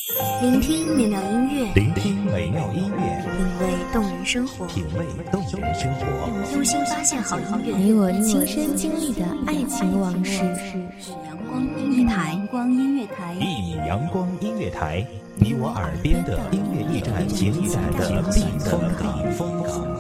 聆听美妙音乐， 聆听美妙音乐， 品味动人生活， 品味动人生活， 用心发现好音乐， 你我亲身经历的爱情往事。 阳光音乐台，阳光音乐台， 一米阳光音乐台，你我耳边的音乐驿站，情感的避风港。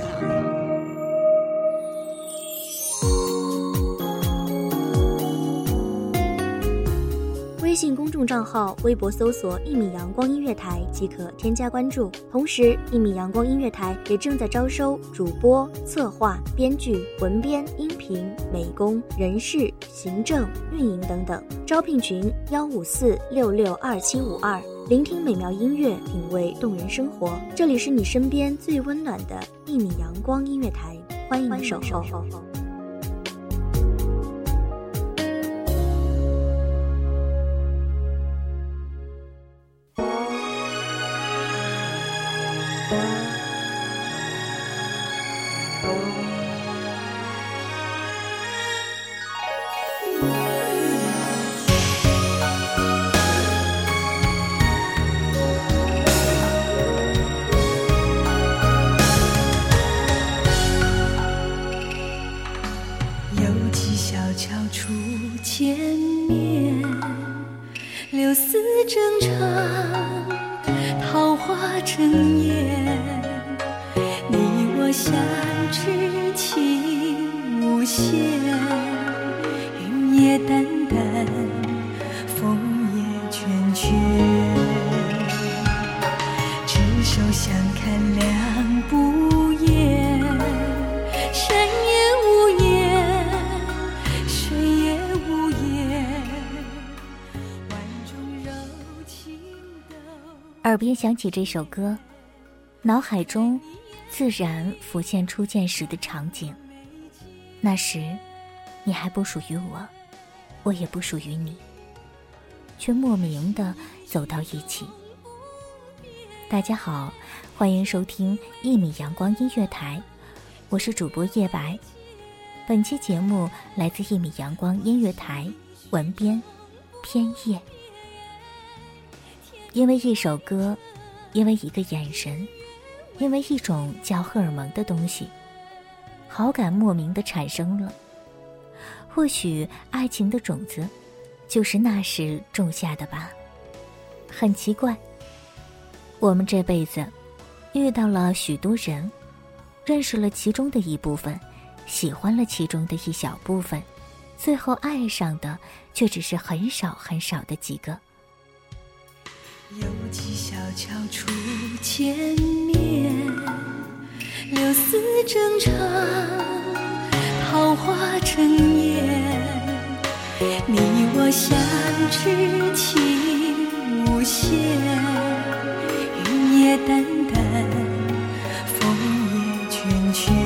微信公众账号、微博搜索“一米阳光音乐台”即可添加关注。同时，一米阳光音乐台也正在招收主播、策划、编剧、文编、音频、美工、人事、行政、运营等等。招聘群154662752。聆听美妙音乐，品味动人生活。这里是你身边最温暖的一米阳光音乐台，欢迎你守候。 见面，柳丝正长，桃花正艳，你我相知情无限，云也淡淡，风也倦倦，执手相看两不厌，山也无言，水也无言，万种柔情都。 耳边响起这首歌，脑海中自然浮现初见时的场景。那时你还不属于我，我也不属于你，却莫名地走到一起。大家好，欢迎收听一米阳光音乐台，我是主播叶白。本期节目来自一米阳光音乐台，文编偏叶。因为一首歌，因为一个眼神，因为一种叫荷尔蒙的东西，好感莫名地产生了。或许爱情的种子就是那时种下的吧。很奇怪，我们这辈子遇到了许多人，认识了其中的一部分，喜欢了其中的一小部分，最后爱上的却只是很少很少的几个。 有几小桥初见面，柳丝正长，桃花正艳，你我相知情无限，云也淡淡，风也倦倦，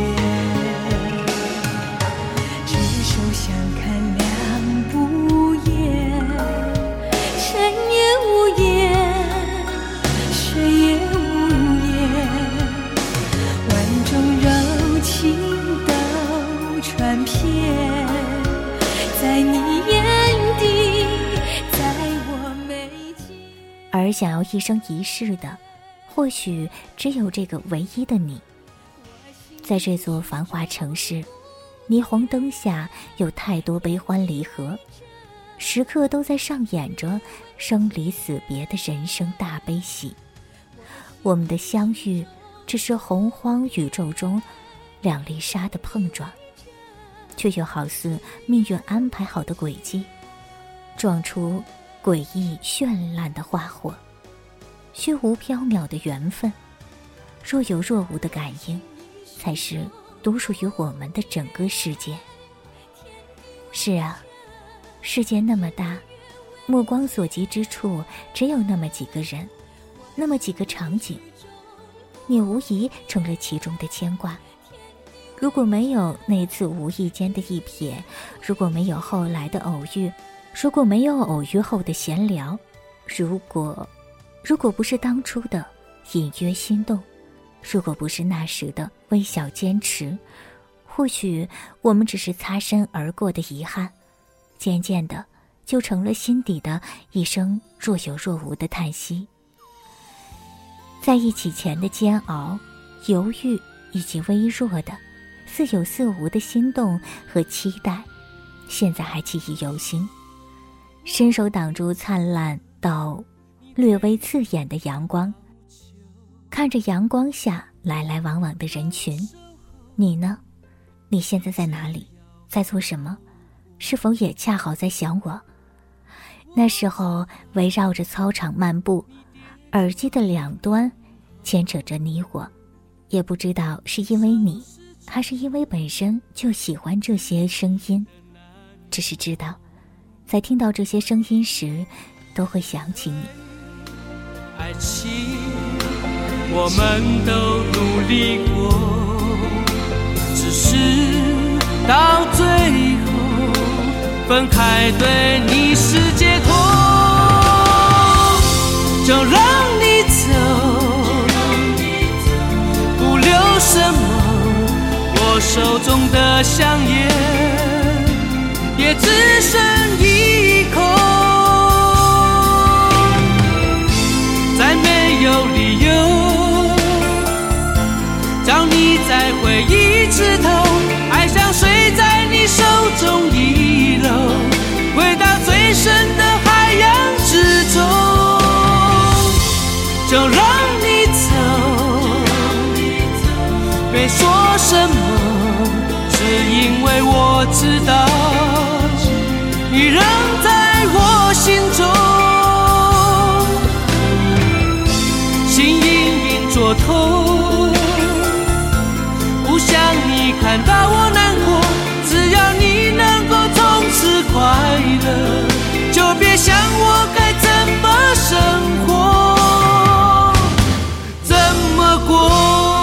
执手相看两不厌，山也无言，水也无言，万种柔情都传遍，在你眼底，在我眉间。 而想要一生一世的，或许只有这个唯一的你。在这座繁华城市，霓虹灯下有太多悲欢离合，时刻都在上演着生离死别的人生大悲喜。我们的相遇只是洪荒宇宙中两粒沙的碰撞，却又好似命运安排好的轨迹，撞出诡异绚烂的花火。虚无缥缈的缘分，若有若无的感应，才是独属于我们的整个世界。是啊，世界那么大，目光所及之处只有那么几个人，那么几个场景，你无疑成了其中的牵挂。如果没有那次无意间的一瞥，如果没有后来的偶遇，如果没有偶遇后的闲聊，如果不是当初的隐约心动，如果不是那时的微小坚持，或许我们只是擦身而过的遗憾，渐渐的就成了心底的一声若有若无的叹息。 在一起前的煎熬、犹豫以及微弱的似有似无的心动和期待，现在还记忆犹新。伸手挡住灿烂到略微刺眼的阳光，看着阳光下来来往往的人群。你呢？你现在在哪里？在做什么？是否也恰好在想我？那时候围绕着操场漫步，耳机的两端牵扯着你我，也不知道是因为你，还是因为本身就喜欢这些声音，只是知道在听到这些声音时都会想起你。 爱情我们都努力过，只是到最后分开对你是结果，就让你走，不留什么，我手中的香烟也只剩一口，再没有理由让你再回忆枝头，爱像水在你手中遗漏，回到最深的海洋之中，就让你走，没说什么，只因为我知道你仍在我心中，心隐隐作痛，不想你看到我难过，只要你能够从此快乐，就别想我该怎么生活，怎么过。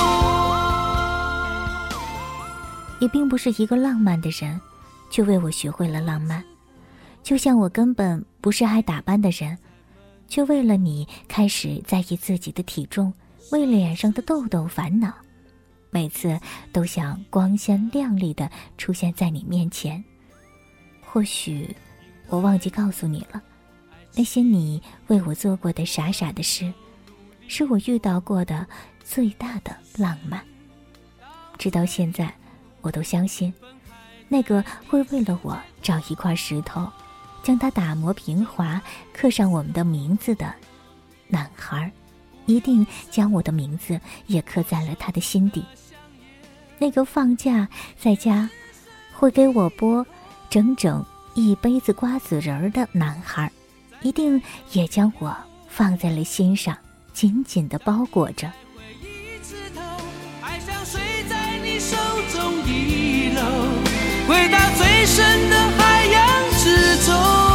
你并不是一个浪漫的人，却为我学会了浪漫，就像我根本不是爱打扮的人，却为了你开始在意自己的体重，为脸上的痘痘烦恼，每次都想光鲜亮丽地出现在你面前。或许我忘记告诉你了，那些你为我做过的傻傻的事，是我遇到过的最大的浪漫。直到现在我都相信，那个会为了我找一块石头，将它打磨平滑，刻上我们的名字的男孩，一定将我的名字也刻在了他的心底。那个放假在家会给我剥整整一杯子瓜子仁儿的男孩，一定也将我放在了心上，紧紧地包裹着。 爱像水在你手中遗漏，回到最深的海洋之中，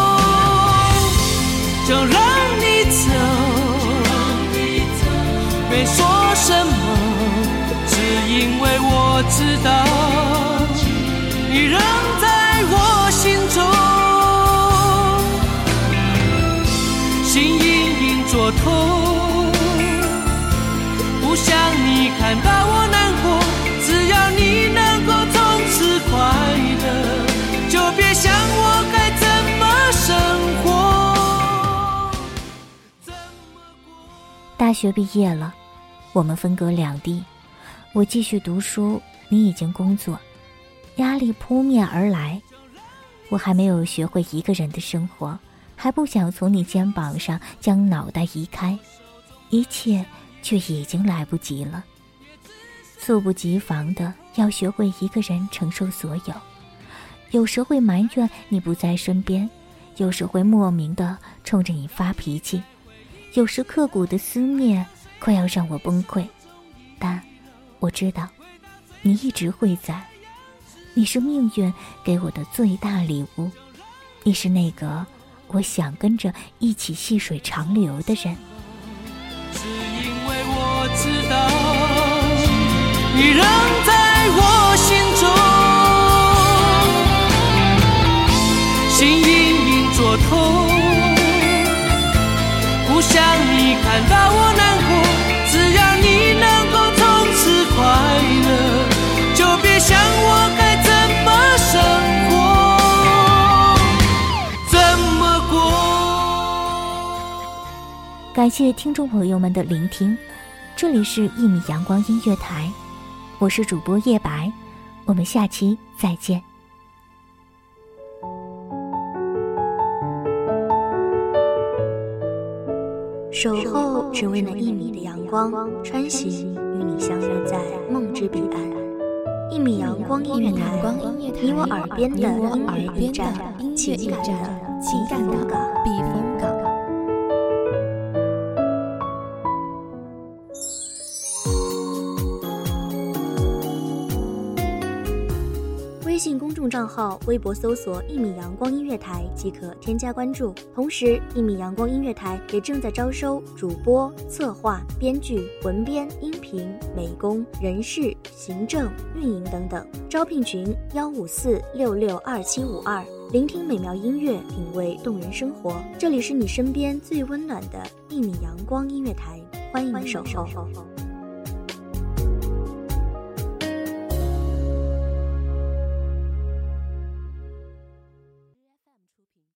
就让你走，没说什么，只因为我知道你仍在我心中，心隐隐作痛，不想你看到我难过，只要你能够从此快乐，就别想我该怎么生活。 大学毕业了，我们分隔两地，我继续读书，你已经工作，压力扑面而来，我还没有学会一个人的生活，还不想从你肩膀上将脑袋移开，一切却已经来不及了。猝不及防的要学会一个人承受所有，有时会埋怨你不在身边，有时会莫名的冲着你发脾气，有时刻骨的思念快要让我崩溃，但我知道你一直会在，你是命运给我的最大礼物，你是那个我想跟着一起细水长流的人。 是因为我知道你仍在我心中，心隐隐作痛，不想你看到我难过，只要你能够从此快乐，就别想我该怎么生活，怎么过。 感谢听众朋友们的聆听，这里是1米阳光音乐台，我是主播叶白，我们下期再见。 守候只为那1米的阳光，穿行与你相约在梦之彼岸。1米阳光音乐台，你我耳边的音乐驿站，情感的避风港。微信公众账号、微博搜索1米阳光音乐台即可添加关注。同时，1米阳光音乐台也正在招收主播、策划、编剧、文编、音频、美工、人事、行政、运营等等。招聘群154662752。聆听美妙音乐，品味动人生活。这里是你身边最温暖的1米阳光音乐台，欢迎守候。